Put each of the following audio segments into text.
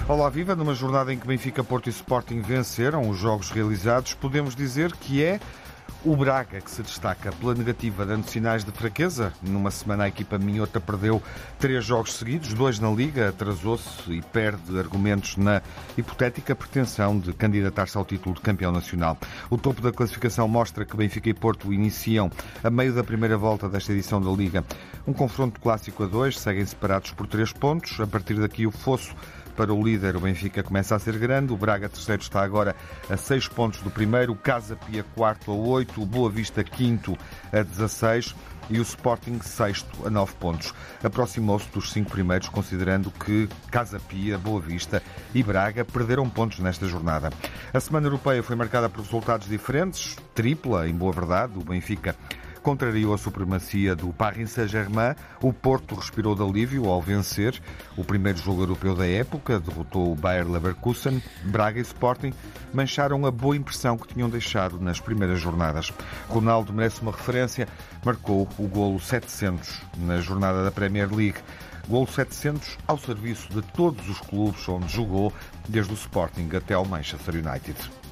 Olá, viva! Numa jornada em que Benfica, Porto e Sporting venceram os jogos realizados, podemos dizer que é o Braga que se destaca pela negativa, dando sinais de fraqueza. Numa semana a equipa minhota perdeu 3 jogos seguidos, 2 na Liga, atrasou-se e perde argumentos na hipotética pretensão de candidatar-se ao título de campeão nacional. O topo da classificação mostra que Benfica e Porto iniciam, a meio da primeira volta desta edição da Liga, um confronto clássico a 2, seguem separados por 3 pontos. A partir daqui o fosso para o líder, o Benfica, começa a ser grande. O Braga, terceiro, está agora a 6 pontos do primeiro. O Casa Pia, quarto, a 8. O Boa Vista, quinto, a 16. E o Sporting, sexto, a 9 pontos. Aproximou-se dos 5 primeiros, considerando que Casa Pia, Boa Vista e Braga perderam pontos nesta jornada. A Semana Europeia foi marcada por resultados diferentes. Tripla, em boa verdade. O Benfica contrariou a supremacia do Paris Saint-Germain. O Porto respirou de alívio ao vencer o primeiro jogo europeu da época, derrotou o Bayer Leverkusen. Braga e Sporting mancharam a boa impressão que tinham deixado nas primeiras jornadas. Ronaldo merece uma referência, marcou o golo 700 na jornada da Premier League. Golo 700 ao serviço de todos os clubes onde jogou, desde o Sporting até ao Manchester United.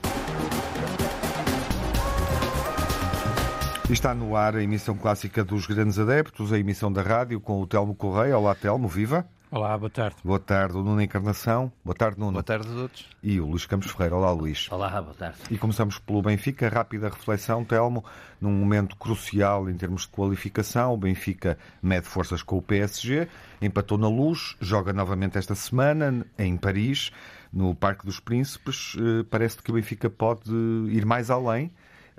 Está no ar a emissão clássica dos Grandes Adeptos, a emissão da rádio com o Telmo Correia. Olá, Telmo, viva! Olá, boa tarde. Boa tarde, o Nuno Encarnação. Boa tarde, Nuno. Boa tarde a todos. E o Luís Campos Ferreira. Olá, Luís. Olá, boa tarde. E começamos pelo Benfica. Rápida reflexão, Telmo, num momento crucial em termos de qualificação. O Benfica mede forças com o PSG, empatou na Luz, joga novamente esta semana em Paris, no Parque dos Príncipes. Parece que o Benfica pode ir mais além.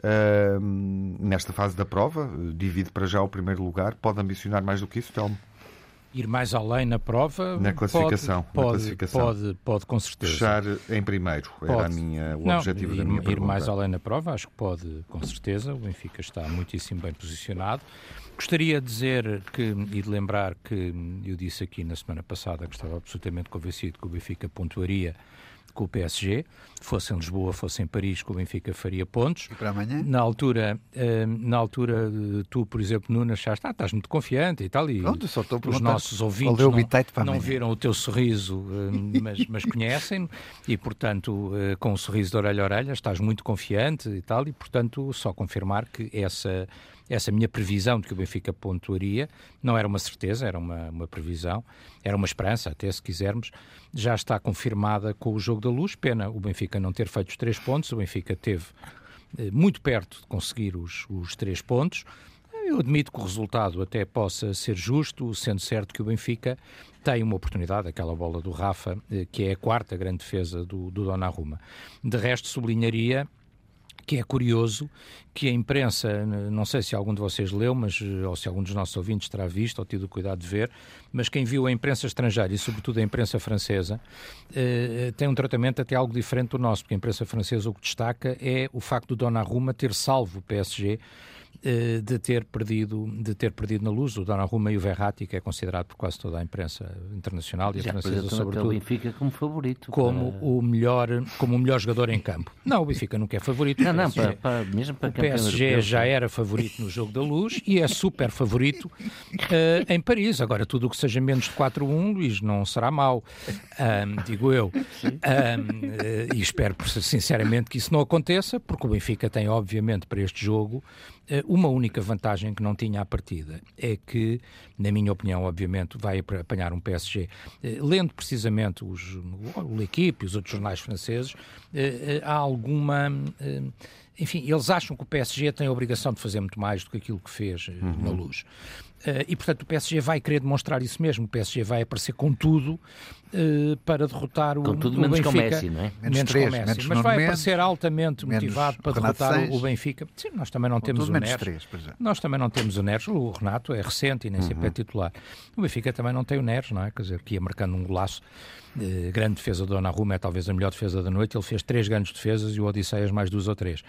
Nesta fase da prova, divide para já o primeiro lugar. Pode ambicionar mais do que isso, Telmo? Ir mais além na prova? Na classificação. Pode, com certeza. Fechar em primeiro, era o objetivo da minha pergunta. Ir mais além na prova, acho que pode, com certeza. O Benfica está muitíssimo bem posicionado. Gostaria de dizer e de lembrar que eu disse aqui na semana passada que estava absolutamente convencido que o Benfica pontuaria com o PSG, fosse em Lisboa, fosse em Paris, que o Benfica faria pontos. E para amanhã? Na altura, tu, por exemplo, Nuno, achaste, estás muito confiante e tal, e os nossos ouvintes não viram o teu sorriso, mas conhecem-no, e, portanto, com o sorriso de orelha a orelha, estás muito confiante e tal, e, portanto, só confirmar que essa minha previsão de que o Benfica pontuaria não era uma certeza, era uma previsão, era uma esperança, até se quisermos, já está confirmada com o jogo da Luz. Pena o Benfica não ter feito os 3 pontos, o Benfica esteve muito perto de conseguir os 3 pontos. Eu admito que o resultado até possa ser justo, sendo certo que o Benfica tem uma oportunidade, aquela bola do Rafa, que é a 4ª grande defesa do Donnarumma. De resto, sublinharia que é curioso que a imprensa, não sei se algum de vocês leu, ou se algum dos nossos ouvintes terá visto ou tido o cuidado de ver, mas quem viu a imprensa estrangeira e sobretudo a imprensa francesa tem um tratamento até algo diferente do nosso, porque a imprensa francesa o que destaca é o facto do Donnarumma ter salvo o PSG de ter perdido na Luz. O Donnarumma e o Verratti, que é considerado por quase toda a imprensa internacional e a francesa sobretudo, o Benfica como favorito, o melhor jogador em campo. Não, o Benfica nunca é favorito. Mesmo para o PSG já era favorito no jogo da Luz e é super favorito em Paris. Agora, tudo o que seja menos de 4-1, Luís, não será mau, digo eu. E espero sinceramente que isso não aconteça, porque o Benfica tem, obviamente, para este jogo uma única vantagem que não tinha à partida, é que, na minha opinião, obviamente, vai apanhar um PSG. Lendo precisamente o L'Équipe e os outros jornais franceses, há alguma... Enfim, eles acham que o PSG tem a obrigação de fazer muito mais do que aquilo que fez na Luz. E, portanto, o PSG vai querer demonstrar isso mesmo. O PSG vai aparecer com tudo para derrotar o Benfica. Com tudo menos com o Messi, não é? Menos com o Messi. Mas vai aparecer altamente motivado para derrotar o Benfica. Sim, nós também não temos o Neres. Nós também não temos o Neres. O Renato é recente e nem sempre é titular. O Benfica também não tem o Neres, não é? Quer dizer, que ia marcando um golaço. Grande defesa do Donnarumma, é talvez a melhor defesa da noite. Ele fez 3 grandes defesas e o Odisseias mais 2 ou 3.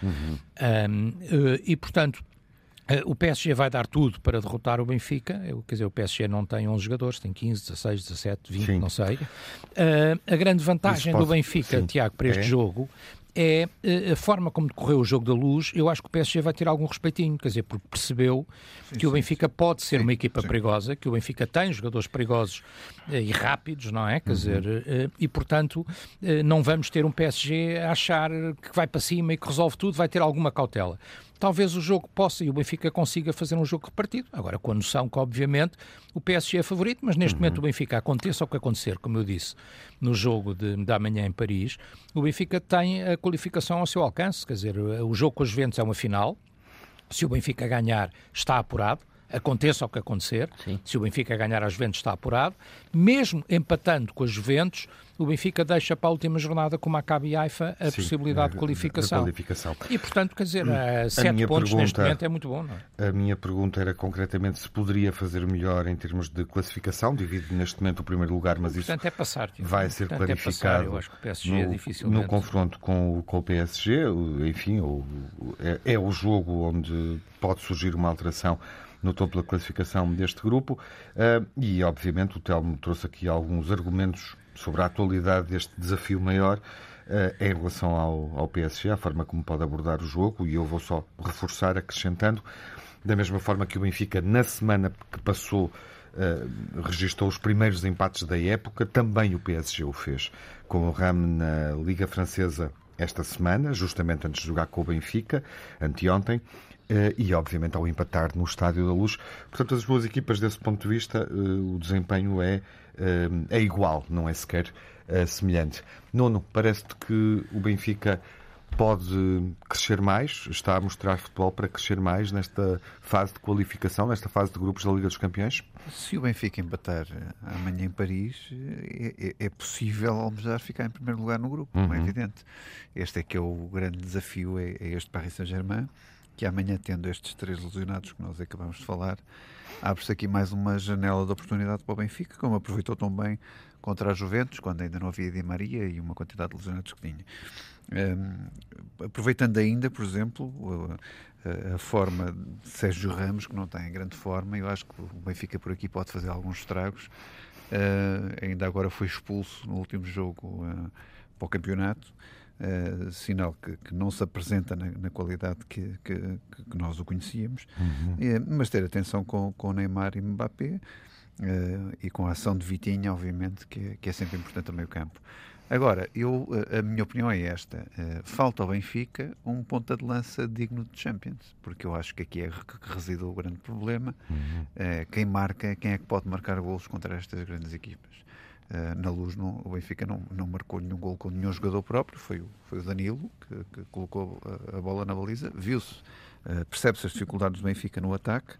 E, portanto, o PSG vai dar tudo para derrotar o Benfica. Quer dizer, o PSG não tem 11 jogadores, tem 15, 16, 17, 20, não sei. A grande vantagem do Benfica, Tiago, para este jogo é a forma como decorreu o jogo da Luz. Eu acho que o PSG vai ter algum respeitinho, quer dizer, porque percebeu que o Benfica pode ser uma equipa perigosa, que o Benfica tem jogadores perigosos e rápidos, não é? Quer dizer, e portanto não vamos ter um PSG a achar que vai para cima e que resolve tudo, vai ter alguma cautela. Talvez o jogo possa e o Benfica consiga fazer um jogo repartido. Agora, com a noção que, obviamente, o PSG é favorito, mas neste momento o Benfica, aconteça o que acontecer, como eu disse, no jogo de amanhã em Paris, o Benfica tem a qualificação ao seu alcance. Quer dizer, o jogo com os Juventus é uma final. Se o Benfica ganhar, está apurado. Aconteça o que acontecer. Sim. Se o Benfica ganhar às Juventus, está apurado. Mesmo empatando com as Juventus, o Benfica deixa para a última jornada com o Maccabi Haifa a possibilidade de qualificação. E, portanto, quer dizer, 7 pontos neste momento é muito bom, não é? A minha pergunta era concretamente se poderia fazer melhor em termos de classificação, divide neste momento o primeiro lugar, mas isso é passar, vai ser clarificado eu acho que o PSG no confronto com o PSG. Enfim, é o jogo onde pode surgir uma alteração no topo da classificação deste grupo, e obviamente o Telmo trouxe aqui alguns argumentos sobre a atualidade deste desafio maior em relação ao PSG, a forma como pode abordar o jogo, e eu vou só reforçar acrescentando, da mesma forma que o Benfica na semana que passou registrou os primeiros empates da época, também o PSG o fez, com o Rennes na Liga Francesa esta semana, justamente antes de jogar com o Benfica, anteontem, e obviamente ao empatar no Estádio da Luz. Portanto, as duas equipas, desse ponto de vista, o desempenho é igual, não é sequer semelhante. Nuno, parece-te que o Benfica pode crescer mais, está a mostrar futebol para crescer mais nesta fase de qualificação, nesta fase de grupos da Liga dos Campeões? Se o Benfica empatar amanhã em Paris, é possível almejar ficar em primeiro lugar no grupo, não é evidente. Este é que é o grande desafio, é este Paris Saint-Germain, que amanhã, tendo estes 3 lesionados que nós acabamos de falar, abre-se aqui mais uma janela de oportunidade para o Benfica, como aproveitou tão bem contra a Juventus, quando ainda não havia Di Maria e uma quantidade de lesionados que tinha. Aproveitando ainda, por exemplo, a forma de Sérgio Ramos, que não está em grande forma, eu acho que o Benfica por aqui pode fazer alguns estragos. Ainda agora foi expulso no último jogo para o campeonato. Sinal que não se apresenta na qualidade que nós o conhecíamos, mas ter atenção com Neymar e Mbappé, e com a ação de Vitinha, obviamente, que é sempre importante no meio campo. Agora, a minha opinião é esta: falta ao Benfica um ponta de lança digno de Champions, porque eu acho que aqui é que reside o grande problema. Quem é que pode marcar golos contra estas grandes equipas? Na Luz, o Benfica não marcou nenhum gol com nenhum jogador próprio, foi o Danilo que colocou a bola na baliza. Viu-se, percebe-se as dificuldades do Benfica no ataque,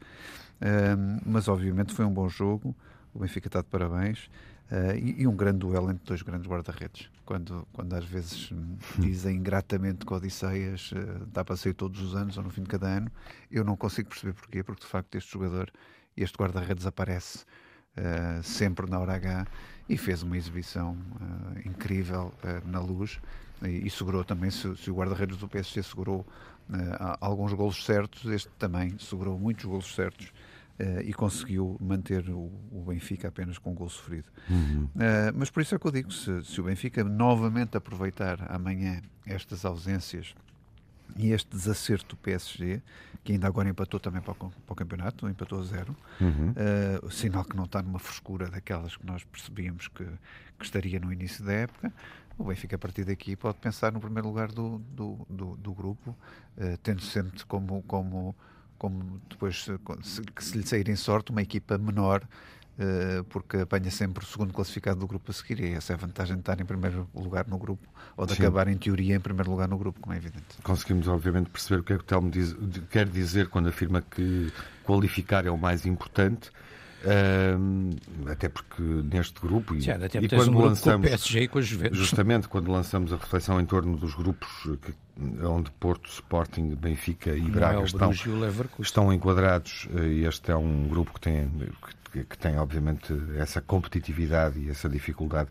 mas obviamente foi um bom jogo. O Benfica está de parabéns, e um grande duelo entre 2 grandes guarda-redes. Quando às vezes dizem ingratamente que Odisseias dá para sair todos os anos ou no fim de cada ano, eu não consigo perceber porquê, porque de facto este guarda-redes aparece sempre na hora H, e fez uma exibição incrível na Luz, e segurou também. Se o guarda-redes do PSG segurou alguns golos certos, este também segurou muitos golos certos, e conseguiu manter o Benfica apenas com um gol sofrido. Mas por isso é que eu digo, se o Benfica novamente aproveitar amanhã estas ausências e este desacerto do PSG, que ainda agora empatou também para o campeonato, empatou a 0, sinal que não está numa frescura daquelas que nós percebíamos que estaria no início da época. O Benfica, a partir daqui, pode pensar no primeiro lugar do grupo, tendo sempre como depois, se lhe sair em sorte, uma equipa menor, porque apanha sempre o segundo classificado do grupo a seguir, e essa é a vantagem de estar em primeiro lugar no grupo, ou de acabar em teoria em primeiro lugar no grupo, como é evidente. Conseguimos obviamente perceber o que é que o Telmo quer dizer quando afirma que qualificar é o mais importante, até porque neste grupo e quando lançamos, PSG e com a Juventus, justamente quando lançamos a reflexão em torno dos grupos onde Porto, Sporting, Benfica e Braga estão enquadrados, este é um grupo que tem obviamente essa competitividade e essa dificuldade,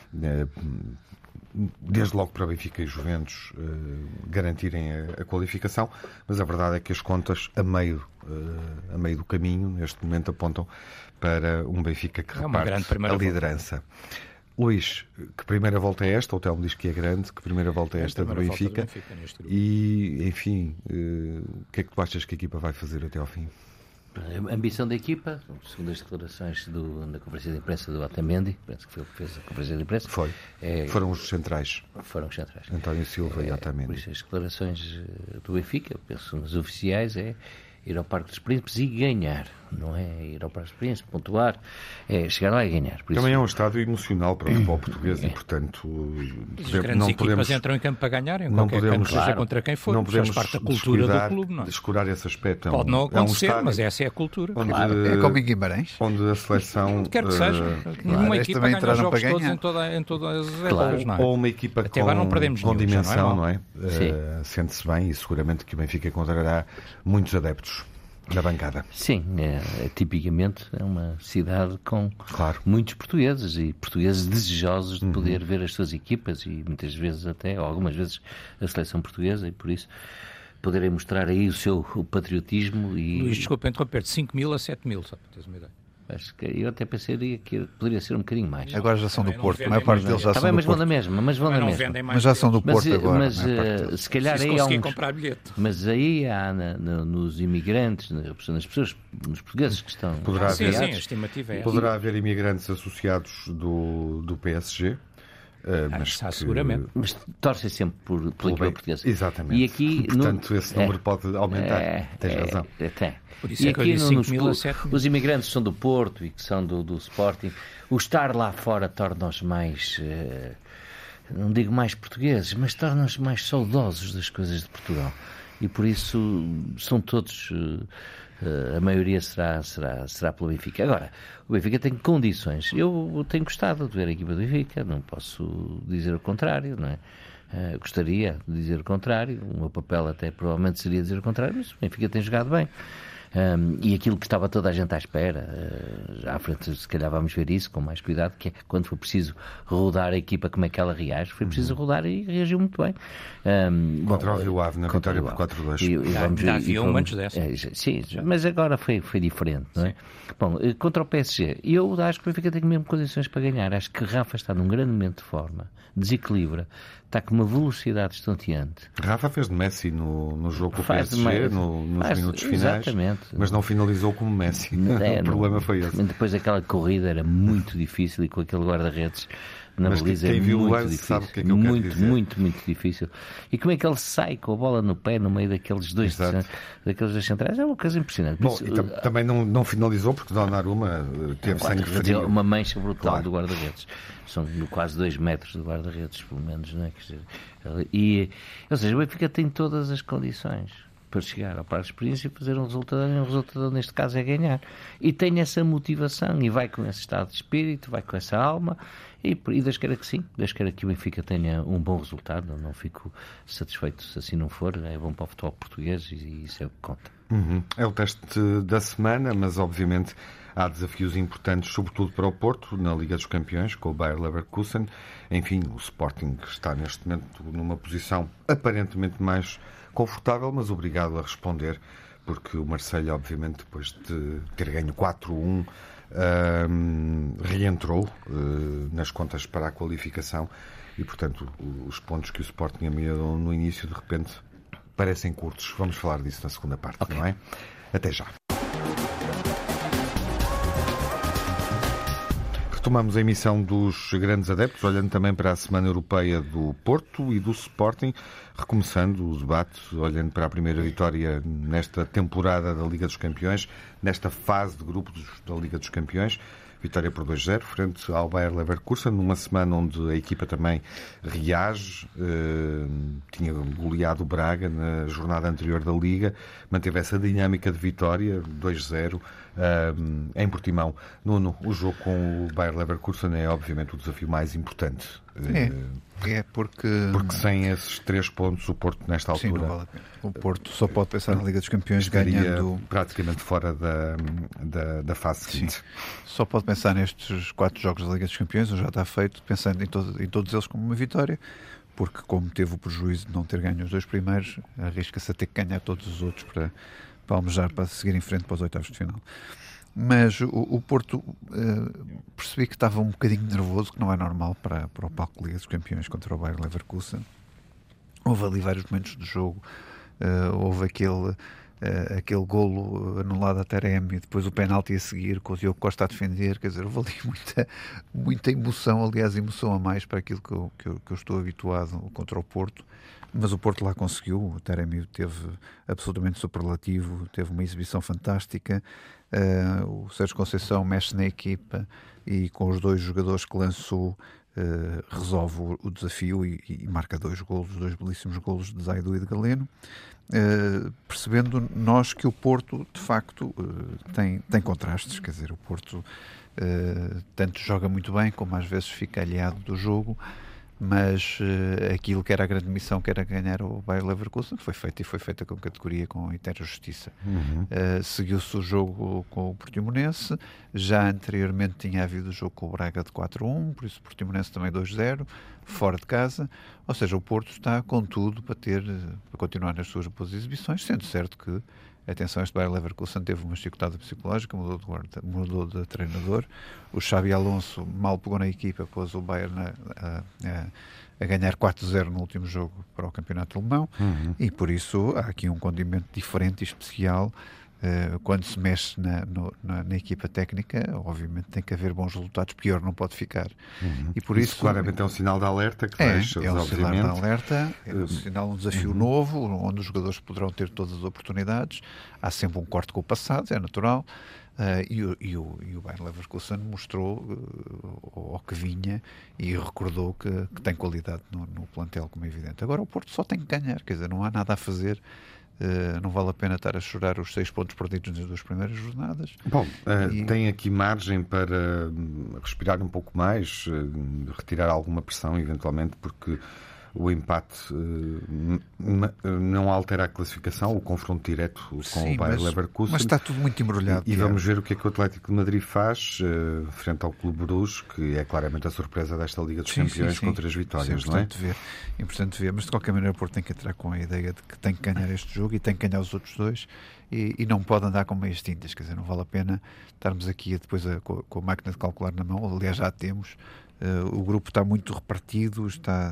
desde logo para Benfica e Juventus garantirem a qualificação, mas a verdade é que as contas a meio do caminho neste momento apontam para um Benfica que reparte a liderança. Luís, que primeira volta é esta? O Telmo diz que é grande. Que primeira volta é esta do Benfica? E, enfim, o que é que tu achas que a equipa vai fazer até ao fim? A ambição da equipa, segundo as declarações na conferência de imprensa do Otamendi, penso que foi ele que fez a conferência de imprensa. Foram os centrais. Foram os centrais. António Silva e Otamendi. Por isso, as declarações do Benfica, penso nas oficiais, é ir ao Parque dos Príncipes e ganhar. Não é ir ao Parque dos Príncipes, pontuar, é chegar lá e ganhar. Por Também isso, é um estádio emocional para o futebol português e, portanto, as grandes equipas entram em campo para ganhar, em qualquer campo, seja contra quem for, não podemos faz parte da cultura do clube. Não é? Descurar esse aspecto. Pode não acontecer, mas essa é a cultura. É como em Guimarães. Onde a seleção... Quer que seja. Uma equipa ganha jogos todos em todas as épocas, não é? Ou uma equipa até agora não perdemos com nenhum, dimensão, não é? Sente-se bem e seguramente que o Benfica encontrará muitos adeptos na bancada. Sim, tipicamente é uma cidade com muitos portugueses e portugueses desejosos de poder ver as suas equipas e muitas vezes até, ou algumas vezes, a seleção portuguesa e por isso poderem mostrar aí o seu patriotismo e... Luís, desculpa interromper, de 5.000 a 7.000, só para teres uma ideia. Acho que eu até pensaria que poderia ser um bocadinho mais. Agora já são do Porto, a maior parte deles já são do Porto. Mas vão da mesma, mas já são do Porto agora. Mas se calhar aí há comprar bilhete. Mas aí há nos imigrantes, nas pessoas, nos portugueses que estão... Sim, a estimativa é essa. Poderá haver imigrantes associados do PSG. Mas seguramente. Mas torcem sempre pela equipa portuguesa. Exatamente. E aqui, portanto, esse número pode aumentar. Tens razão. Tem. Por isso e aqui os imigrantes são do Porto e que são do Sporting. O estar lá fora torna-os mais, não digo mais portugueses, mas torna-os mais saudosos das coisas de Portugal. E por isso são todos, a maioria será pelo Benfica. Agora, o Benfica tem condições. Eu tenho gostado de ver a equipa do Benfica, não posso dizer o contrário, não é? Gostaria de dizer o contrário, o meu papel até provavelmente seria dizer o contrário, mas o Benfica tem jogado bem. E aquilo que estava toda a gente à espera, à frente se calhar vamos ver isso com mais cuidado, que é quando foi preciso rodar a equipa, como é que ela reage, foi preciso rodar e reagiu muito bem. Contra o Rio Ave, na vitória por 4-2. Já havia antes dessa. Sim, mas agora foi diferente, não é? Bom, contra o PSG, eu acho que o Benfica tem mesmo condições para ganhar. Acho que Rafa está num grande momento de forma, desequilibra, está com uma velocidade estonteante. Rafa fez de Messi no jogo com o PSG, nos minutos finais, mas não finalizou como Messi. O problema foi esse. Depois daquela corrida era muito difícil e com aquele guarda-redes na baliza é muito difícil. Sabe o que é que eu quero dizer. Muito difícil. E como é que ele sai com a bola no pé no meio daqueles dois centrais? É uma coisa impressionante. Bom, também não finalizou porque Donnarumma teve sangue frio. Uma mancha brutal do guarda-redes. São quase 2 metros de guarda-redes, pelo menos, não é? Ou seja, o Benfica tem todas as condições para chegar ao Parque dos Príncipes e fazer um resultado neste caso é ganhar. E tem essa motivação e vai com esse estado de espírito, vai com essa alma e Deus queira que sim, Deus queira que o Benfica tenha um bom resultado. Não fico satisfeito se assim não for, é bom para o futebol português e isso é o que conta. É o teste da semana, mas obviamente há desafios importantes, sobretudo para o Porto, na Liga dos Campeões, com o Bayer Leverkusen. Enfim, o Sporting está neste momento numa posição aparentemente mais confortável, mas obrigado a responder, porque o Marseille, obviamente, depois de ter ganho 4-1, reentrou nas contas para a qualificação e, portanto, os pontos que o Sporting ameaçou no início, de repente, parecem curtos. Vamos falar disso na segunda parte, não é? Até já. Retomamos a emissão dos grandes adeptos, olhando também para a Semana Europeia do Porto e do Sporting, recomeçando o debate, olhando para a primeira vitória nesta temporada da Liga dos Campeões, nesta fase de grupos da Liga dos Campeões. Vitória por 2-0, frente ao Bayer Leverkusen, numa semana onde a equipa também reage, tinha goleado o Braga na jornada anterior da Liga, manteve essa dinâmica de vitória, 2-0, em Portimão. Nuno, o jogo com o Bayer Leverkusen é obviamente o desafio mais importante. Porque sem esses 3 pontos o Porto nesta altura... Sim, não vale a pena. O Porto só pode pensar na Liga dos Campeões estaria ganhando... praticamente fora da fase seguinte. Sim. Só pode pensar nestes 4 jogos da Liga dos Campeões, já está feito, pensando em todos eles como uma vitória, porque como teve o prejuízo de não ter ganho os 2 primeiros, arrisca-se a ter que ganhar todos os outros para almejar, para seguir em frente para os oitavos de final. Mas o Porto percebi que estava um bocadinho nervoso, que não é normal para o palco de Liga dos Campeões contra o Bayer Leverkusen. Houve ali vários momentos do jogo, houve aquele golo anulado a Taremi, depois o penalti a seguir, com o Diogo Costa a defender, quer dizer, houve ali muita emoção, aliás, emoção a mais para aquilo que eu estou habituado contra o Porto. Mas o Porto lá conseguiu, o Taremi teve absolutamente superlativo, teve uma exibição fantástica, o Sérgio Conceição mexe na equipa e com os 2 jogadores que lançou resolve o desafio e marca 2 belíssimos golos de Zaidu e de Galeno, percebendo nós que o Porto de facto tem contrastes, quer dizer, o Porto tanto joga muito bem como às vezes fica aliado do jogo, mas aquilo que era a grande missão, que era ganhar o Bayer Leverkusen, foi feita com categoria, com inteira justiça. Seguiu-se o jogo com o Portimonense, já anteriormente tinha havido o jogo com o Braga de 4-1, por isso o Portimonense também 2-0, fora de casa, ou seja, o Porto está com tudo para continuar nas suas boas exibições, sendo certo que, atenção, este Bayer Leverkusen teve uma chicotada psicológica, mudou de treinador. O Xabi Alonso mal pegou na equipa, pôs o Bayern a ganhar 4-0 no último jogo para o campeonato alemão, e por isso há aqui um condimento diferente e especial. Quando se mexe na equipa técnica, obviamente tem que haver bons resultados, pior não pode ficar. E por isso claramente é um sinal de alerta que deixa, é um sinal de alerta, é um sinal de um desafio novo, onde os jogadores poderão ter todas as oportunidades. Há sempre um corte com o passado, é natural. E o Bayer Leverkusen mostrou ao que vinha e recordou que tem qualidade no plantel, como é evidente. Agora o Porto só tem que ganhar, quer dizer, não há nada a fazer. Não vale a pena estar a chorar os 6 pontos perdidos nas 2 primeiras jornadas. Bom, tem aqui margem para respirar um pouco mais, retirar alguma pressão, eventualmente, porque o empate não altera a classificação, o confronto direto com o Bayer Leverkusen. Mas está tudo muito embrulhado. E vamos ver o que é que o Atlético de Madrid faz frente ao Clube Bruges, que é claramente a surpresa desta Liga dos Campeões, com 3 vitórias, não é? Importante ver, mas de qualquer maneira o Porto tem que entrar com a ideia de que tem que ganhar este jogo e tem que ganhar os outros 2 e não pode andar com meias tintas, quer dizer, não vale a pena estarmos aqui depois com a máquina de calcular na mão, aliás já a temos. O grupo está muito repartido,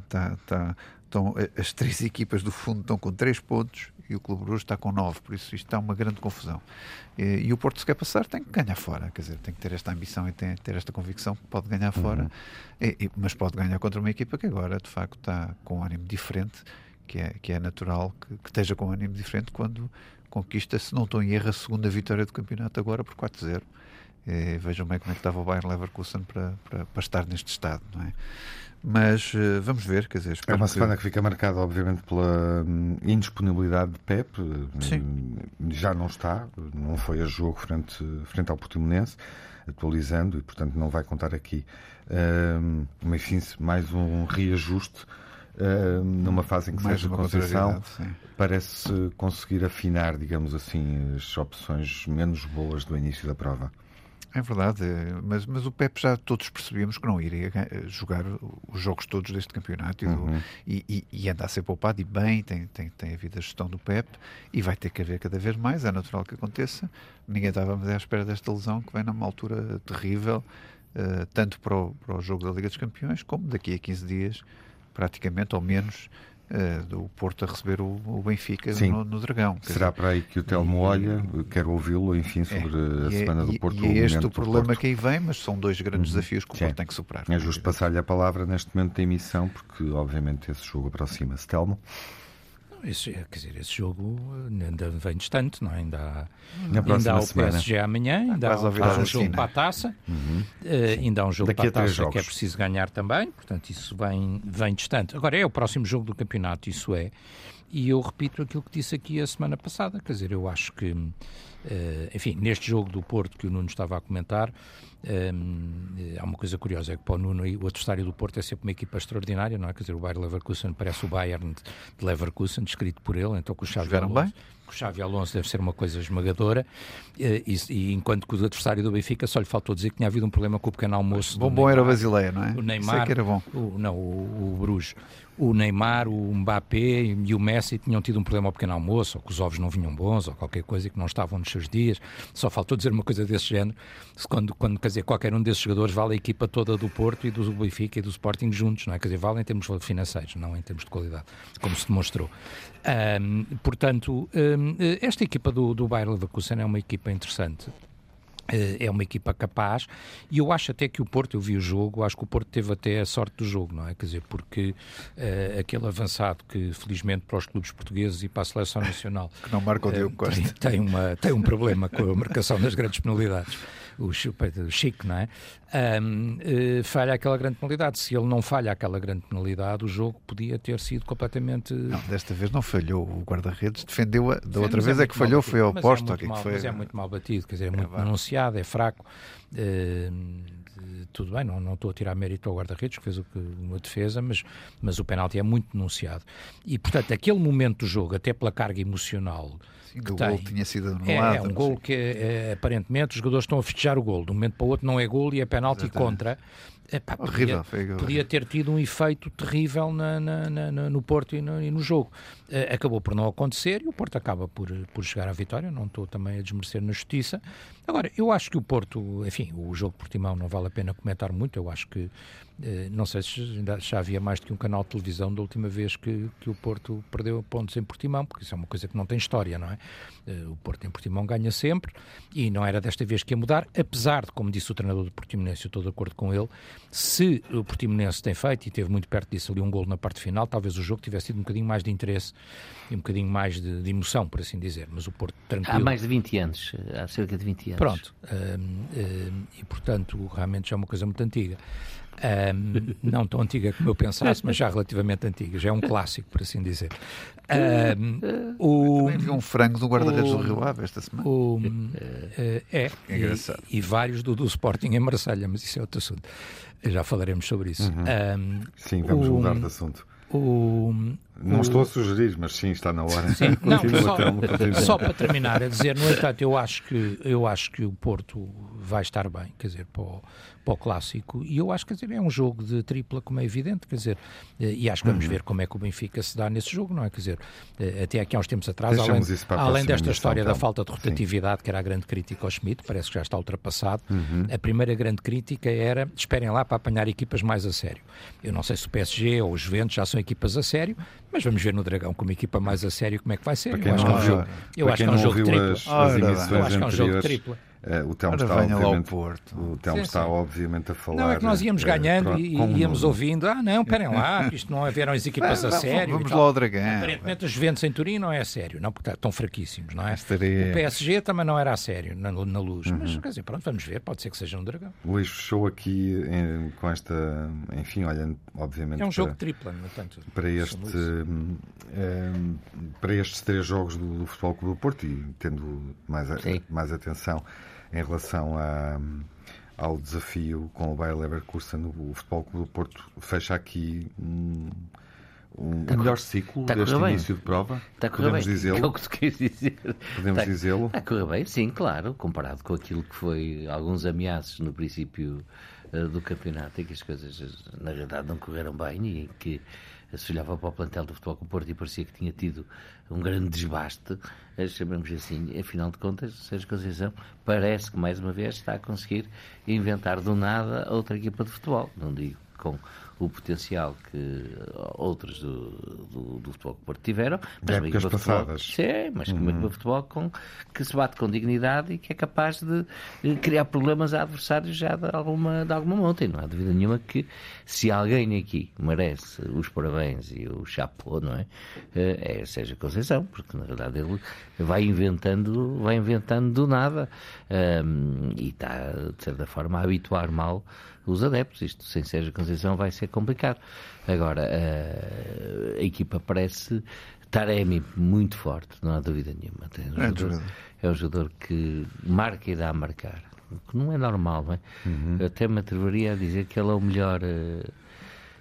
as 3 equipas do fundo estão com 3 pontos e o Clube Bruges está com 9, por isso isto está uma grande confusão. E o Porto, se quer passar, tem que ganhar fora, quer dizer, tem que ter esta ambição e ter esta convicção que pode ganhar fora, mas pode ganhar contra uma equipa que agora, de facto, está com um ânimo diferente, que é natural que esteja com um ânimo diferente quando conquista, se não estou em erro, a segunda vitória do campeonato agora por 4-0. Vejam bem como é que estava o Bayer Leverkusen para estar neste estado, não é? Mas vamos ver, quer dizer, é uma semana que fica marcada obviamente pela indisponibilidade de Pep. Já não está, não foi a jogo frente ao Portimonense, atualizando, e portanto não vai contar aqui. Enfim, mais um reajuste numa fase em que Sérgio Conceição parece conseguir afinar, digamos assim, as opções menos boas do início da prova. É verdade, mas o Pep já todos percebíamos que não iria jogar os jogos todos deste campeonato e anda a ser poupado e bem, tem havido a gestão do Pep e vai ter que haver cada vez mais, é natural que aconteça. Ninguém estava à espera desta lesão que vem numa altura terrível, tanto para o jogo da Liga dos Campeões como daqui a 15 dias, praticamente, ou menos, do Porto a receber o Benfica no Dragão. Será para aí que o Telmo olha, quero ouvi-lo, enfim, sobre a semana do Porto. E é este o problema que aí vem, mas são 2 grandes desafios que o Porto tem que superar. É justo passar-lhe a palavra neste momento da emissão, porque obviamente esse jogo aproxima-se. Telmo? Quer dizer, esse jogo ainda vem distante, não é? Ainda há o semana. PSG amanhã, ainda há um jogo para a taça, ainda há um jogo para a taça que é preciso ganhar também, portanto isso vem distante. Agora é o próximo jogo do campeonato, isso é, e eu repito aquilo que disse aqui a semana passada, quer dizer, eu acho que, enfim, neste jogo do Porto que o Nuno estava a comentar, há uma coisa curiosa, é que para o Nuno o adversário do Porto é sempre uma equipa extraordinária, não é? Quer dizer, o Bayer Leverkusen parece o Bayern de Leverkusen, descrito por ele, então com o Xavi Alonso deve ser uma coisa esmagadora, e enquanto que o adversário do Benfica só lhe faltou dizer que tinha havido um problema com o pequeno almoço. Bom era o Basileia, não é? O Neymar, que era bom. o Bruges. O Neymar, o Mbappé e o Messi Messi tinham tido um problema ao pequeno almoço, ou que os ovos não vinham bons, ou qualquer coisa, e que não estavam nos seus dias. Só faltou dizer uma coisa desse género, quando quer dizer, qualquer um desses jogadores vale a equipa toda do Porto e do Benfica e do Sporting juntos, não é? Quer dizer, vale em termos financeiros, não em termos de qualidade, como se demonstrou. Portanto, esta equipa do Bayer Leverkusen é uma equipa interessante. É uma equipa capaz, e eu acho até que o Porto, eu vi o jogo, acho que o Porto teve até a sorte do jogo, não é? Quer dizer, porque aquele avançado que, felizmente, para os clubes portugueses e para a seleção nacional... que não marca o Diogo Costa. Tem um problema com a marcação das grandes penalidades. O Chico, não é? Falha aquela grande penalidade. Se ele não falha aquela grande penalidade, o jogo podia ter sido completamente... Não, desta vez não falhou. O guarda-redes defendeu-a. Da outra vez é que falhou, foi ao posto. Mas é muito mal batido, quer dizer, é muito denunciado, é fraco. Tudo bem, não estou a tirar mérito ao guarda-redes, que fez uma defesa, mas o penalti é muito denunciado. E, portanto, aquele momento do jogo, até pela carga emocional... Sim, do gol tinha sido anulado. É um gol que, aparentemente, os jogadores estão a festejar o gol. De um momento para o outro não é gol e é penalti contra. Horrível, podia ter tido um efeito terrível no Porto e no jogo. Acabou por não acontecer e o Porto acaba por chegar à vitória. Não estou também a desmerecer na justiça. Agora, eu acho que o Porto, enfim, o jogo de Portimão não vale a pena comentar muito. Eu acho que, não sei se já havia mais do que um canal de televisão da última vez que o Porto perdeu pontos em Portimão, porque isso é uma coisa que não tem história, não é? O Porto em Portimão ganha sempre e não era desta vez que ia mudar, apesar de, como disse o treinador do Portimonense, eu estou de acordo com ele, se o Portimonense tem feito, e teve muito perto disso ali um golo na parte final, talvez o jogo tivesse tido um bocadinho mais de interesse e um bocadinho mais de emoção, por assim dizer, mas o Porto tranquilo... Há mais de 20 anos, há cerca de 20 anos. Pronto, e portanto realmente já é uma coisa muito antiga. Não tão antiga como eu pensasse, mas já relativamente antiga, já é um clássico, por assim dizer. Também vi um frango do guarda-redes do Rio Ave esta semana. É engraçado. E vários do Sporting em Marselha, mas isso é outro assunto. Já falaremos sobre isso. Sim, vamos mudar de assunto. Não estou a sugerir, mas sim, está na hora. Sim, só para terminar, a dizer, no entanto, eu acho que o Porto vai estar bem, quer dizer, para o Clássico, e eu acho que, quer dizer, é um jogo de tripla, como é evidente, quer dizer, e acho que vamos ver como é que o Benfica se dá nesse jogo, não é? Quer dizer, até aqui há uns tempos atrás, além desta história da falta de rotatividade, que era a grande crítica ao Schmidt, parece que já está ultrapassado, a primeira grande crítica era, esperem lá para apanhar equipas mais a sério. Eu não sei se o PSG ou os Juventus já são equipas a sério, mas vamos ver no Dragão como equipa mais a sério como é que vai ser. Eu acho que é um jogo de tripla. Eu acho que é um jogo de tripla. O Telmo está obviamente a falar. Não, é que nós íamos ganhando e íamos ouvindo, esperem lá, isto não vieram as equipas a sério. Vamos lá ao Dragão. Aparentemente os Juventus em Turim não é a sério, não, porque estão fraquíssimos, não é? O PSG também não era a sério na Luz, mas quer dizer, pronto, vamos ver, pode ser que seja um Dragão. Luís fechou aqui com esta, enfim, olhando obviamente. É um jogo de tripla, portanto. Para estes 3 jogos do Futebol Clube do Porto e tendo mais atenção em relação ao desafio com o Bayer Leverkusen, o Futebol Clube do Porto fecha aqui o melhor ciclo deste início de prova. Podemos dizê-lo? É o que tu queres dizer. Podemos dizê-lo? Está a correr bem, sim, claro, comparado com aquilo que foi alguns ameaços no princípio do campeonato, e que as coisas na realidade não correram bem e que se olhava para o plantel do Futebol Clube do Porto e parecia que tinha tido um grande desbaste, chamamos assim, afinal de contas, Sérgio Conceição parece que mais uma vez está a conseguir inventar do nada outra equipa de futebol, não digo com o potencial que outros do Futebol Clube do Porto tiveram, mas uma equipa de futebol, uma equipa de futebol que se bate com dignidade e que é capaz de criar problemas a adversários já de alguma monta. E não há dúvida nenhuma que se alguém aqui merece os parabéns e o chapéu, não é? É Sérgio Conceição, porque na verdade ele vai inventando do nada e está de certa forma a habituar mal os adeptos. Isto sem Sérgio Conceição vai ser complicado. Agora, a equipa parece Taremi muito forte, não há dúvida nenhuma. É um jogador que marca e dá a marcar, o que não é normal, não é? Eu até me atreveria a dizer que ele é o melhor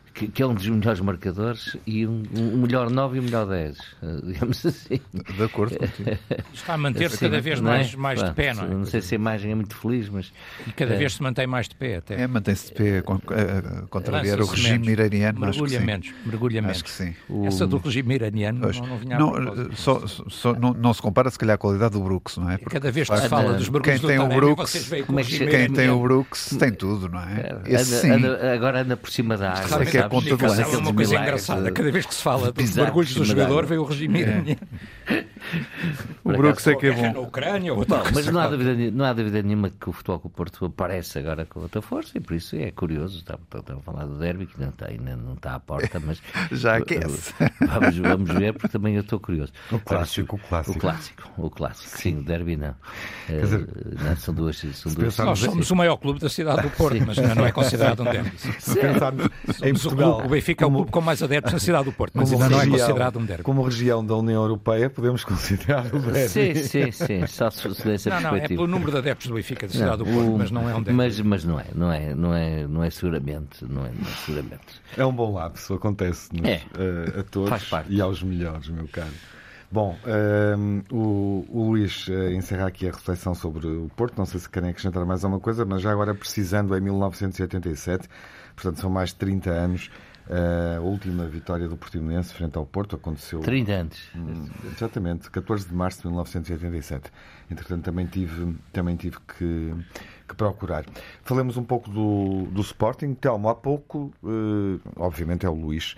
que é um dos melhores marcadores e um melhor 9 e um melhor 10, digamos assim. De acordo contigo. Está a manter-se cada vez mais de pé, não é? Não sei se a imagem é muito feliz, mas... E cada vez se mantém mais de pé, até. Mantém-se de pé, contrariar o regime iraniano. Mergulha menos. Acho que sim. Essa do regime iraniano não vinha a não se compara, se calhar, a qualidade do Brooks, não é? Porque cada vez que se fala dos mergulhos do Taremi, vocês veem quem tem o Brooks tem tudo, não é? Agora anda por cima da água. Claro que é a conta do lance. É uma coisa engraçada. Cada vez que se fala dos mergulhos do jogador, vem o regime iraniano. O Brooks é que é bom. Na Ucrânia, mas não há dúvida nenhuma que o Futebol Clube do Porto aparece agora com outra força e por isso é curioso. Estamos a falar do derby, que ainda não está à porta, mas já aquece. Vamos ver, porque também eu estou curioso. O clássico. Sim, o derby não. Não são duas. Nós somos o maior clube da cidade do Porto, mas não é considerado um derby. Em Portugal, o Benfica é o clube com mais adeptos na cidade do Porto, mas ainda não é considerado um derby. Como região da União Europeia, podemos considerar o derby. Sim. Só se dessa perspectiva. Não, é pelo número de adeptos do Benfica da cidade do Porto, mas não é um derby. Mas não é seguramente. É um bom lapso, acontece a todos e aos melhores, meu caro. Bom, o Luís encerra aqui a reflexão sobre o Porto. Não sei se querem acrescentar mais alguma coisa, mas já agora precisando, em 1987, portanto são mais de 30 anos, a última vitória do Portimonense frente ao Porto aconteceu... 30 anos. Exatamente, 14 de março de 1987. Entretanto, também tive que procurar. Falemos um pouco do Sporting. Telmo, há pouco, obviamente é o Luís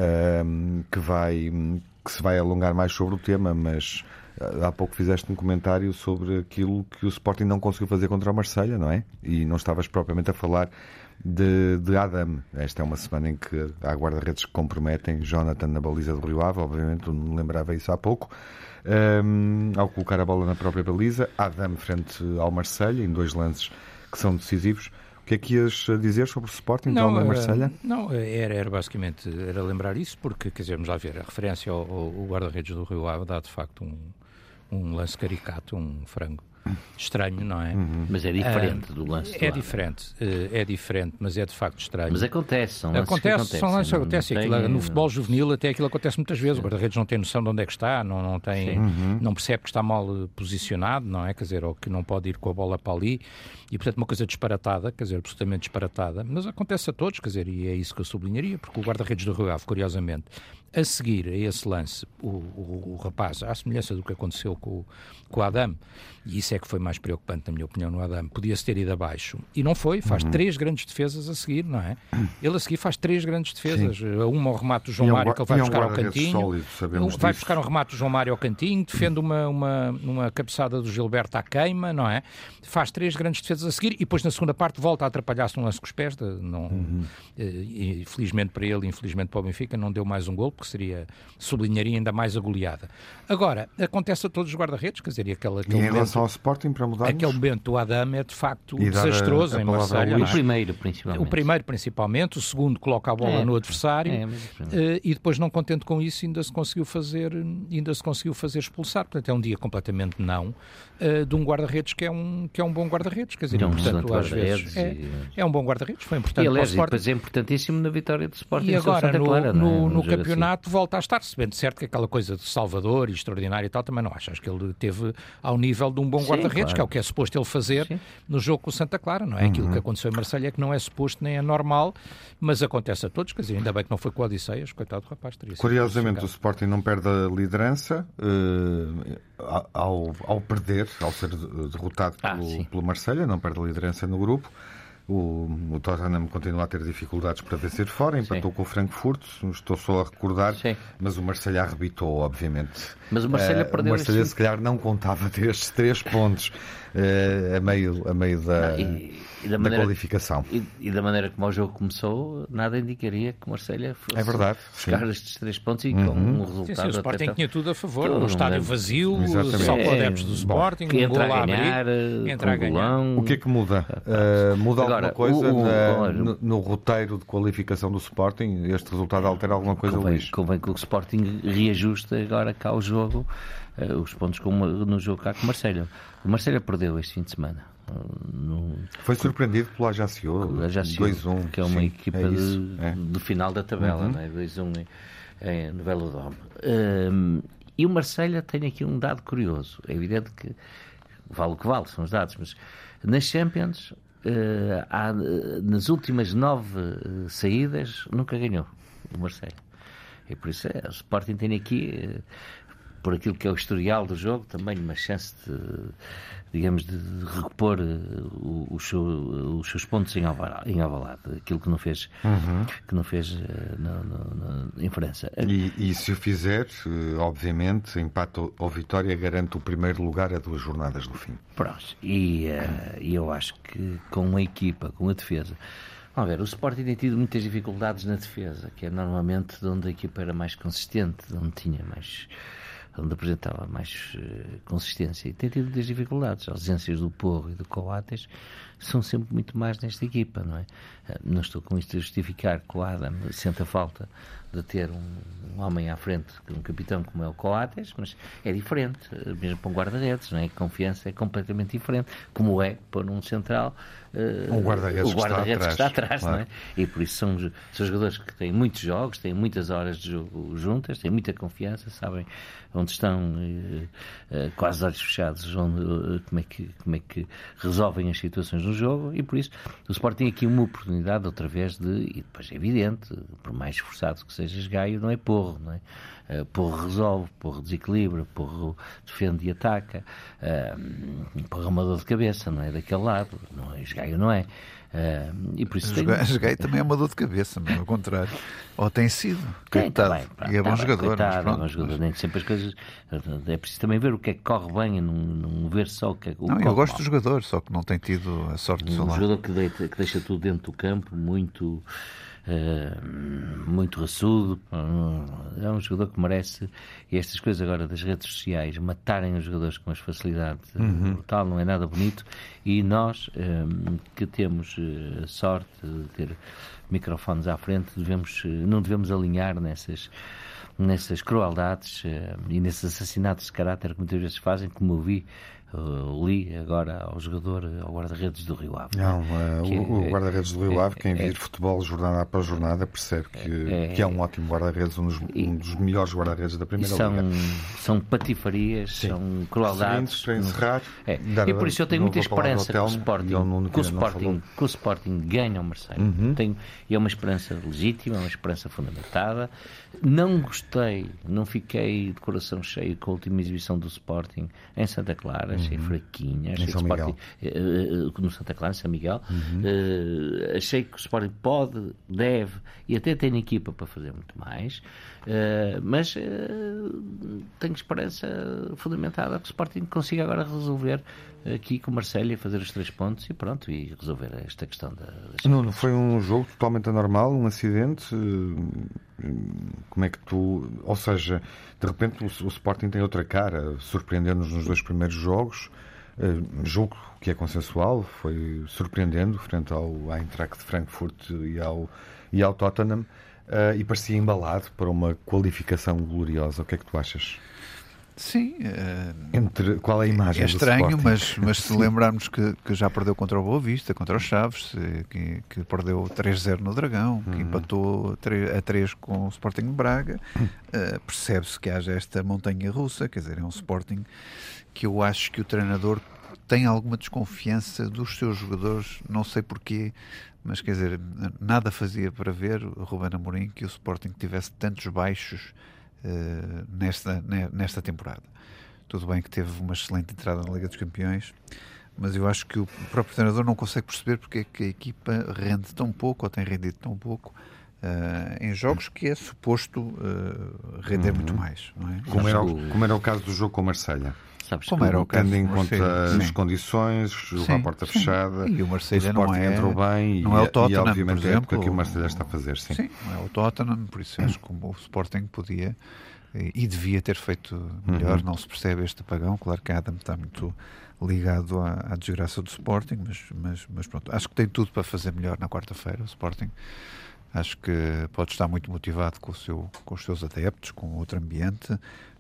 que se vai alongar mais sobre o tema, mas há pouco fizeste um comentário sobre aquilo que o Sporting não conseguiu fazer contra o Marselha, não é? E não estavas propriamente a falar de Adam. Esta é uma semana em que há guarda-redes que comprometem. Jonathan na baliza do Rio Ave, obviamente, eu não lembrava isso há pouco. Ao colocar a bola na própria baliza, Adam frente ao Marselha, em 2 lances que são decisivos. O que é que ias dizer sobre o Sporting então na Marselha? Não, era basicamente lembrar isso, porque, quer dizer, vamos lá ver, a referência ao guarda-redes do Rio Ave dá de facto um lance caricato, um frango estranho, não é? Mas é diferente do lance do é diferente, mas é de facto estranho. Mas acontece, são lances que acontecem. No futebol juvenil até aquilo acontece muitas vezes. O guarda-redes não tem noção de onde é que está, não percebe que está mal posicionado, não é? Quer dizer, ou que não pode ir com a bola para ali. E, portanto, uma coisa disparatada, quer dizer, absolutamente disparatada, mas acontece a todos, quer dizer, e é isso que eu sublinharia, porque o guarda-redes do Rio Ave, curiosamente, a seguir a esse lance, o rapaz, à semelhança do que aconteceu com o Adam, e isso é que foi mais preocupante, na minha opinião, no Adam, podia-se ter ido abaixo, e não foi, faz 3 grandes defesas a seguir, não é? Ele a seguir faz 3 grandes defesas, uma ao remate do João Mário, que ele vai buscar ao cantinho, vai buscar um remate do João Mário ao cantinho, defende uma cabeçada do Gilberto à queima, não é? Faz 3 grandes defesas a seguir, e depois na segunda parte volta a atrapalhar-se num lance com os pés, e felizmente para ele, infelizmente para o Benfica, não deu mais um gol, porque sublinharia ainda mais a goleada. Agora, acontece a todos os guarda-redes, quer dizer, e em relação ao Sporting, para mudar aquele momento do Adam é de facto desastroso em Marselha. O primeiro principalmente, o segundo coloca a bola no adversário, e depois, não contente com isso, ainda se conseguiu fazer expulsar. Portanto, é um dia completamente de um guarda-redes que é um bom guarda-redes, quer dizer, portanto, às vezes é um bom guarda-redes, foi importante para o Sporting. E depois é importantíssimo na vitória do Sporting. E agora no campeonato volta a estar, se bem de certo que aquela coisa de Salvador e extraordinária e tal, também não acho. Acho que ele teve ao nível de um bom guarda-redes, que é o que é suposto ele fazer no jogo com o Santa Clara, não é? Aquilo que aconteceu em Marselha é que não é suposto nem é normal, mas acontece a todos, quer dizer, ainda bem que não foi com o Odisseias, coitado do rapaz. Curiosamente, o Sporting não perde a liderança ao perder, ao ser derrotado pelo Marselha, não perde a liderança no grupo. O Tottenham continua a ter dificuldades para vencer fora, empatou com o Frankfurt, estou só a recordar, mas o Marselha arrebitou, obviamente. Mas o Marselha perdeu. O Marselha, se calhar, não contava ter estes 3 pontos a meio da qualificação. E da maneira como o jogo começou, nada indicaria que o Marselha fosse buscar estes 3 pontos e com um resultado. O Sporting tinha tudo a favor, um estádio vazio, só com adeptos do Sporting, um gol a ganhar, entra a ganhar. O que é que muda? Muda alguma coisa no roteiro de qualificação do Sporting? Este resultado altera alguma coisa, Luís? Convém que o Sporting reajuste agora cá o jogo, os pontos no jogo cá com o Marselha. O Marselha perdeu este fim de semana. Foi surpreendido pelo Ajaccio, 2-1. Que é uma equipa de final da tabela, não é? 2-1 no Velodrome. E o Marselha tem aqui um dado curioso. É evidente que vale o que vale, são os dados, mas nas Champions, nas últimas 9 saídas, nunca ganhou o Marselha. E por isso o Sporting tem aqui, por aquilo que é o historial do jogo, também uma chance de repor os seus pontos em Alvalade, aquilo que não fez, em França. E se o fizer, obviamente, empate ou vitória garante o primeiro lugar a 2 jornadas do fim. Pronto, e eu acho que com a equipa, com a defesa, vamos ver, o Sporting tem tido muitas dificuldades na defesa, que é normalmente de onde a equipa era mais consistente, onde apresentava mais consistência, e tem tido muitas dificuldades. As ausências do Porro e do Coates são sempre muito mais nesta equipa, não é? Não estou com isto a justificar que o Adam sente a falta de ter um homem à frente, um capitão como é o Coates, mas é diferente, mesmo para um guarda-redes, não é? A confiança é completamente diferente, como é pôr um central, o guarda-redes que está atrás, claro. Não é? E por isso são jogadores que têm muitos jogos, têm muitas horas de jogo juntas, têm muita confiança, sabem onde estão, quase olhos fechados, como é que resolvem as situações no jogo, e por isso o Sport tem aqui uma oportunidade outra vez e depois é evidente, por mais esforçado que sejas Gaio, não é Porro, não é? Porro resolve, Porro desequilibra, Porro defende e ataca, Porro é uma dor de cabeça, não é? Daquele lado, não é? Gaio não é. E por isso Gaio também é uma dor de cabeça, mas ao contrário, ou tem sido, coitado, e é bom jogador, é bom jogador, nem sempre as coisas, é preciso também ver o que é que corre bem e não ver só o que é que não, eu gosto do jogador, só que não tem tido a sorte de falar. Um jogador que deixa tudo dentro do campo, muito raçudo, é um jogador que merece, e estas coisas agora das redes sociais matarem os jogadores com as facilidades brutal, não é nada bonito, e nós que temos a sorte de ter microfones à frente, não devemos alinhar nessas crueldades e nesses assassinatos de caráter que muitas vezes fazem, como eu li agora ao guarda-redes do Rio Ave. Não, o guarda-redes do Rio Ave, quem vir futebol jornada após jornada, percebe que é um ótimo guarda-redes, um dos melhores guarda-redes da Primeira Liga. São patifarias, são crueldades. Para encerrar, e por isso eu tenho muita esperança que o Sporting ganhe ao Marseille. É uma esperança legítima, é uma esperança fundamentada. Não fiquei de coração cheio com a última exibição do Sporting em Santa Clara, achei fraquinha, achei que o Sporting no Santa Clara, em São Miguel, achei que o Sporting pode, deve e até tem equipa para fazer muito mais, mas tenho esperança fundamentada que o Sporting consiga agora resolver aqui com o Marselha, fazer os 3 pontos e pronto, e resolver esta questão Não foi um jogo totalmente anormal, um acidente? Como é que ou seja, de repente o Sporting tem outra cara, surpreendendo-nos nos 2 primeiros jogos, jogo que é consensual, foi surpreendendo frente ao Eintracht de Frankfurt e ao Tottenham, e parecia embalado para uma qualificação gloriosa. O que é que tu achas? Sim. Qual é a imagem do Sporting? É estranho, mas se lembrarmos que já perdeu contra o Boa Vista, contra os Chaves, que perdeu 3-0 no Dragão, que empatou a 3 com o Sporting de Braga, percebe-se que haja esta montanha russa, quer dizer, é um Sporting que eu acho que o treinador tem alguma desconfiança dos seus jogadores, não sei porquê, mas quer dizer, nada fazia para ver o Ruben Amorim que o Sporting tivesse tantos baixos nesta temporada. Tudo bem que teve uma excelente entrada na Liga dos Campeões, mas eu acho que o próprio treinador não consegue perceber porque é que a equipa rende tão pouco, ou tem rendido tão pouco em jogos que é suposto render muito mais, não é? Como era o caso do jogo com o Marselha. Como era o caso, tendo em conta as condições, jogo à porta fechada, e o Marselha não entrou bem, não é o Tottenham, e obviamente por exemplo, é o que o Marselha está a fazer. Sim, não é o Tottenham, por isso acho que o Sporting podia e devia ter feito melhor. Não se percebe este apagão, claro que a Adam está muito ligado à desgraça do Sporting, mas pronto, acho que tem tudo para fazer melhor na quarta-feira o Sporting. Acho que pode estar muito motivado com os seus adeptos, com outro ambiente,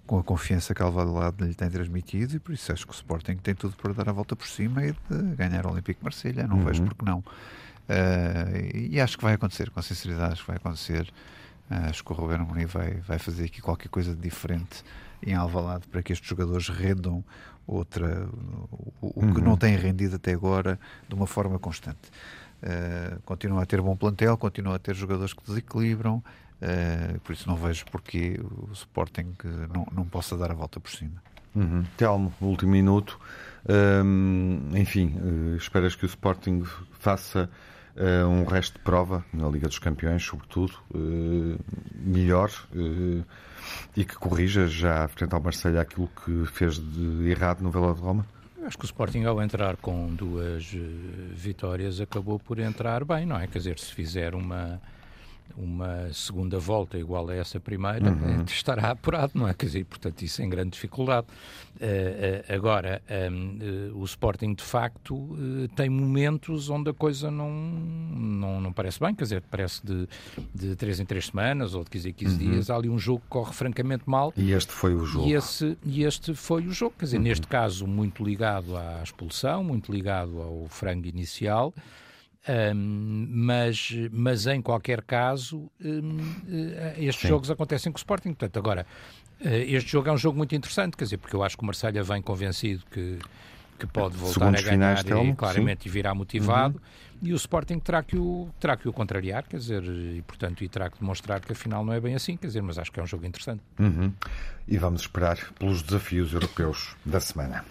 com a confiança que Alvalade lhe tem transmitido, e por isso acho que o Sporting tem tudo para dar a volta por cima e de ganhar o Olympique de Marselha. Não vejo porque não. E acho que vai acontecer, com sinceridade, acho que vai acontecer. Acho que o Ruben Amorim vai fazer aqui qualquer coisa de diferente em Alvalade para que estes jogadores rendam o que não têm rendido até agora de uma forma constante. Continua a ter bom plantel, continua a ter jogadores que desequilibram, por isso não vejo porque o Sporting não possa dar a volta por cima. Telmo, último minuto. Enfim, esperas que o Sporting faça um resto de prova na Liga dos Campeões, sobretudo, melhor, e que corrija já frente ao Marselha aquilo que fez de errado no Vélodrome de Roma? Acho que o Sporting, ao entrar com 2 vitórias, acabou por entrar bem, não é? Quer dizer, se fizer uma segunda volta igual a essa primeira, estará apurado, não é? Quer dizer, portanto, isso sem grande dificuldade. Agora, o Sporting, de facto, tem momentos onde a coisa não parece bem, quer dizer, parece de 3 em 3 semanas ou de 15 em 15 dias. Há ali um jogo que corre francamente mal. E este foi o jogo. E este foi o jogo, quer dizer, neste caso, muito ligado à expulsão, muito ligado ao frango inicial. Mas em qualquer caso estes jogos acontecem com o Sporting. Portanto, agora este jogo é um jogo muito interessante, quer dizer, porque eu acho que o Marselha vem convencido que pode voltar a ganhar e claramente virá motivado, e o Sporting terá que o contrariar, quer dizer, e portanto terá que demonstrar que afinal não é bem assim, quer dizer, mas acho que é um jogo interessante. E vamos esperar pelos desafios europeus da semana.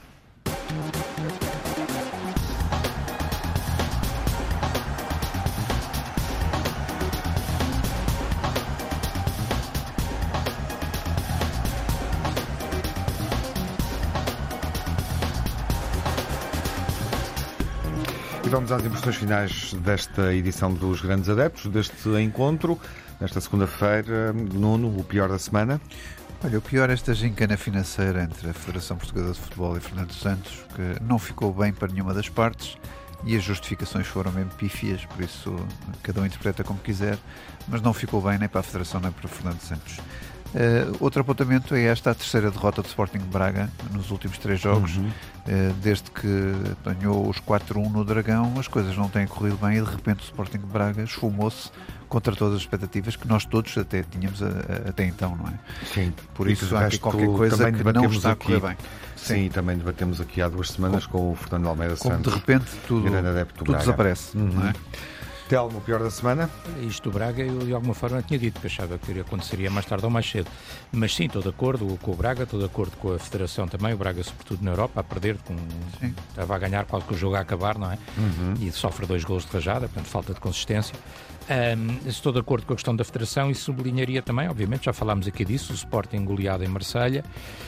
E vamos às impressões finais desta edição dos Grandes Adeptos, deste encontro, nesta segunda-feira. Nuno, o pior da semana? Olha, o pior é esta gincana financeira entre a Federação Portuguesa de Futebol e Fernando Santos, que não ficou bem para nenhuma das partes, e as justificações foram mesmo pífias, por isso cada um interpreta como quiser, mas não ficou bem nem para a Federação nem para o Fernando Santos. Outro apontamento é esta a terceira derrota do Sporting de Braga nos últimos 3 jogos. Desde que apanhou os 4-1 no Dragão, as coisas não têm corrido bem e de repente o Sporting de Braga esfumou-se contra todas as expectativas que nós todos até tínhamos até então, não é? Sim. Por isso há aqui qualquer coisa que não está a correr bem. Sim, também debatemos aqui há 2 semanas com o Fernando Almeida Santos. De repente tudo desaparece, não é? Telmo, o pior da semana? Isto do Braga, eu de alguma forma tinha dito que achava que aconteceria mais tarde ou mais cedo. Mas sim, estou de acordo com o Braga, estou de acordo com a Federação também. O Braga, sobretudo na Europa, a perder, estava a ganhar quase que o jogo a acabar, não é? E sofre 2 golos de rajada, portanto, falta de consistência. Estou de acordo com a questão da Federação e sublinharia também, obviamente, já falámos aqui disso, o Sporting goleado em Marselha.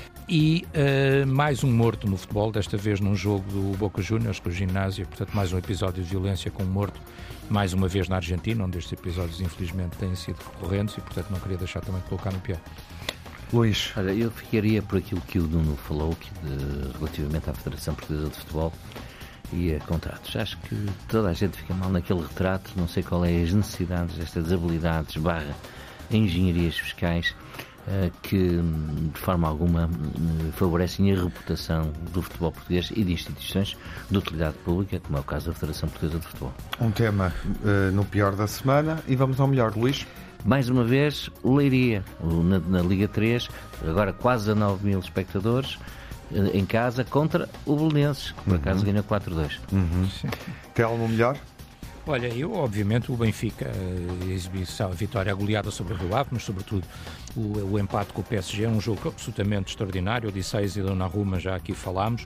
E mais um morto no futebol, desta vez num jogo do Boca Juniors com o Ginásio, portanto mais um episódio de violência com um morto, mais uma vez na Argentina, onde estes episódios infelizmente têm sido recorrentes e portanto não queria deixar também de colocar no pior. Luís. Olha, eu ficaria por aquilo que o Nuno falou relativamente à Federação Portuguesa de Futebol e a contratos. Acho que toda a gente fica mal naquele retrato, não sei qual é as necessidades destas habilidades / engenharias fiscais que de forma alguma favorecem a reputação do futebol português e de instituições de utilidade pública, como é o caso da Federação Portuguesa de Futebol. Um tema no pior da semana e vamos ao melhor, Luís. Mais uma vez, o Leiria, na Liga 3, agora quase a 9 mil espectadores em casa contra o Belenenses, que por acaso ganhou 4-2. Telmo, melhor? Olha, eu, obviamente, o Benfica, a exibição, a vitória goleada sobre o Rio Ave, mas sobretudo o empate com o PSG, é um jogo absolutamente extraordinário. Eu disse a Donnarumma, já aqui falámos.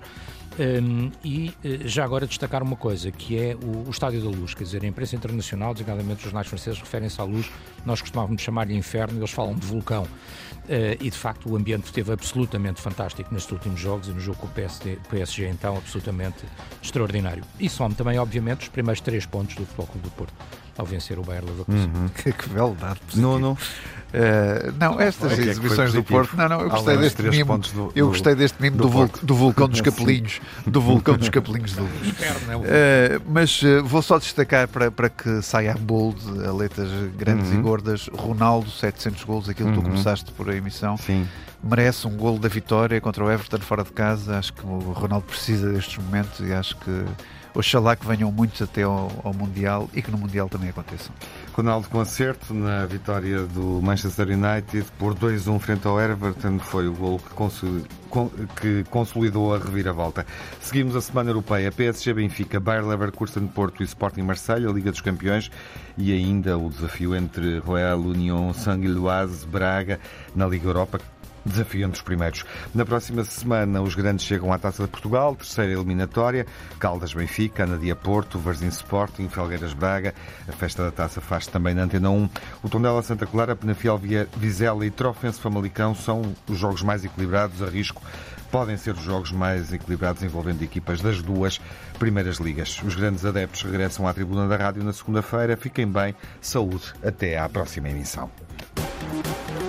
E já agora destacar uma coisa, que é o Estádio da Luz, quer dizer, a imprensa internacional, designadamente os jornais franceses, referem-se à luz, nós costumávamos chamar-lhe inferno, eles falam de vulcão. E de facto o ambiente esteve absolutamente fantástico nestes últimos jogos e no jogo com o PSG então absolutamente extraordinário. E some também obviamente os primeiros 3 pontos do Futebol Clube do Porto ao vencer o Bayer Leverkusen. Que beldade. Nuno. Não, estas exibições do Porto, eu gostei deste mimo. Eu gostei deste mimo do vulcão dos Capelinhos, do vulcão dos Capelinhos de Luz. Mas vou só destacar para que saia a bold, a letras grandes e gordas, Ronaldo, 700 golos, aquilo que tu começaste por a emissão. Sim. Merece um golo da vitória contra o Everton fora de casa. Acho que o Ronaldo precisa destes momentos e acho que oxalá que venham muitos até ao Mundial e que no Mundial também aconteçam. Ronaldo com acerto na vitória do Manchester United por 2-1 frente ao Everton, foi o golo que consolidou a reviravolta. Seguimos a semana europeia, PSG, Benfica, Bayer Leverkusen, Porto e Sporting Marseille, a Liga dos Campeões e ainda o desafio entre Royal Union Saint-Gilloise, Braga, na Liga Europa, desafio entre os primeiros. Na próxima semana, os grandes chegam à Taça de Portugal, terceira eliminatória, Caldas-Benfica, Anadia-Porto, Varzim-Sporting, Felgueiras-Braga. A festa da Taça faz também na Antena 1. O Tondela-Santa Clara, Penafiel-Vizela e Trofense-Famalicão são os jogos mais equilibrados, a risco. Podem ser os jogos mais equilibrados envolvendo equipas das duas primeiras ligas. Os grandes adeptos regressam à tribuna da rádio na segunda-feira. Fiquem bem, saúde, até à próxima emissão.